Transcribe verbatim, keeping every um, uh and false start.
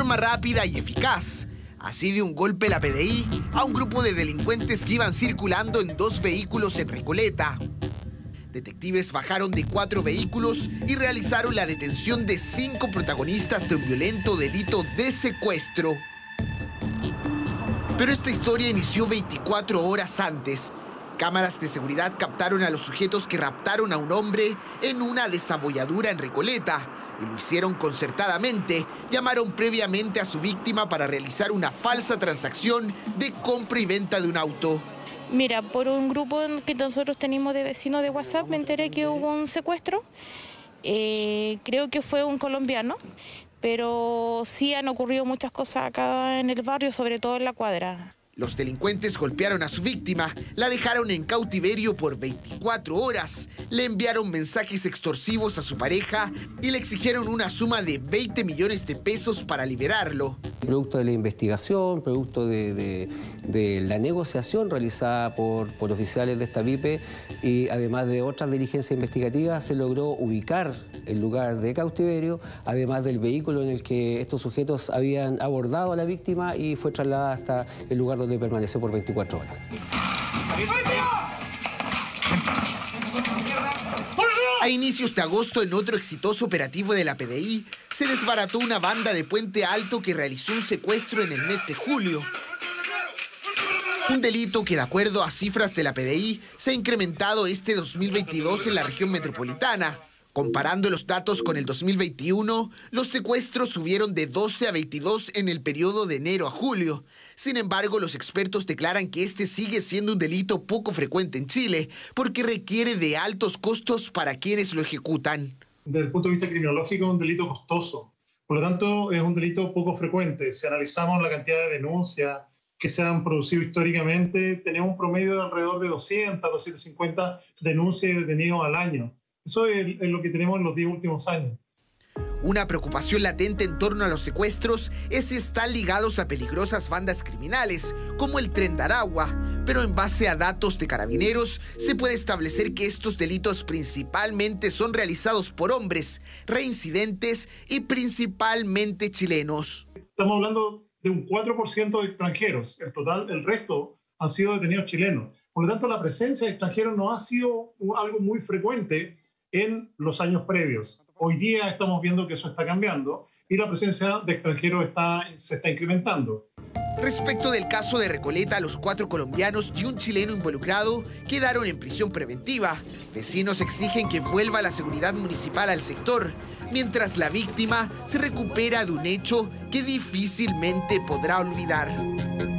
forma rápida y eficaz. Así de un golpe la P D I a un grupo de delincuentes que iban circulando en dos vehículos en Recoleta. Detectives bajaron de cuatro vehículos y realizaron la detención de cinco protagonistas de un violento delito de secuestro. Pero esta historia inició veinticuatro horas antes. Cámaras de seguridad captaron a los sujetos que raptaron a un hombre en una desabolladura en Recoleta y lo hicieron concertadamente. Llamaron previamente a su víctima para realizar una falsa transacción de compra y venta de un auto. Mira, por un grupo que nosotros tenemos de vecinos de WhatsApp me enteré que hubo un secuestro. Eh, creo que fue un colombiano, pero sí han ocurrido muchas cosas acá en el barrio, sobre todo en la cuadra. Los delincuentes golpearon a su víctima, la dejaron en cautiverio por veinticuatro horas, le enviaron mensajes extorsivos a su pareja y le exigieron una suma de veinte millones de pesos para liberarlo. Producto de la investigación, producto de, de, de la negociación realizada por, por oficiales de esta V I P E y además de otras diligencias investigativas, se logró ubicar el lugar de cautiverio, además del vehículo en el que estos sujetos habían abordado a la víctima y fue trasladada hasta el lugar donde permaneció por veinticuatro horas. A inicios de agosto, en otro exitoso operativo de la P D I, se desbarató una banda de Puente Alto que realizó un secuestro en el mes de julio. Un delito que, de acuerdo a cifras de la P D I, se ha incrementado este dos mil veintidós en la región metropolitana. Comparando los datos con el dos mil veintiuno, los secuestros subieron de doce a veintidós en el periodo de enero a julio. Sin embargo, los expertos declaran que este sigue siendo un delito poco frecuente en Chile, porque requiere de altos costos para quienes lo ejecutan. Desde el punto de vista criminológico, es un delito costoso. Por lo tanto, es un delito poco frecuente. Si analizamos la cantidad de denuncias que se han producido históricamente, tenemos un promedio de alrededor de doscientas, doscientas cincuenta denuncias y detenidos al año. Eso es, es lo que tenemos en los diez últimos años. Una preocupación latente en torno a los secuestros es si están ligados a peligrosas bandas criminales, como el Tren de Aragua. Pero en base a datos de Carabineros, se puede establecer que estos delitos principalmente son realizados por hombres, reincidentes y principalmente chilenos. Estamos hablando de un cuatro por ciento de extranjeros. El total, el resto han sido detenidos chilenos. Por lo tanto, la presencia de extranjeros no ha sido algo muy frecuente en los años previos. Hoy día estamos viendo que eso está cambiando y la presencia de extranjeros está, se está incrementando. Respecto del caso de Recoleta, los cuatro colombianos y un chileno involucrado quedaron en prisión preventiva. Vecinos exigen que vuelva la seguridad municipal al sector, mientras la víctima se recupera de un hecho que difícilmente podrá olvidar.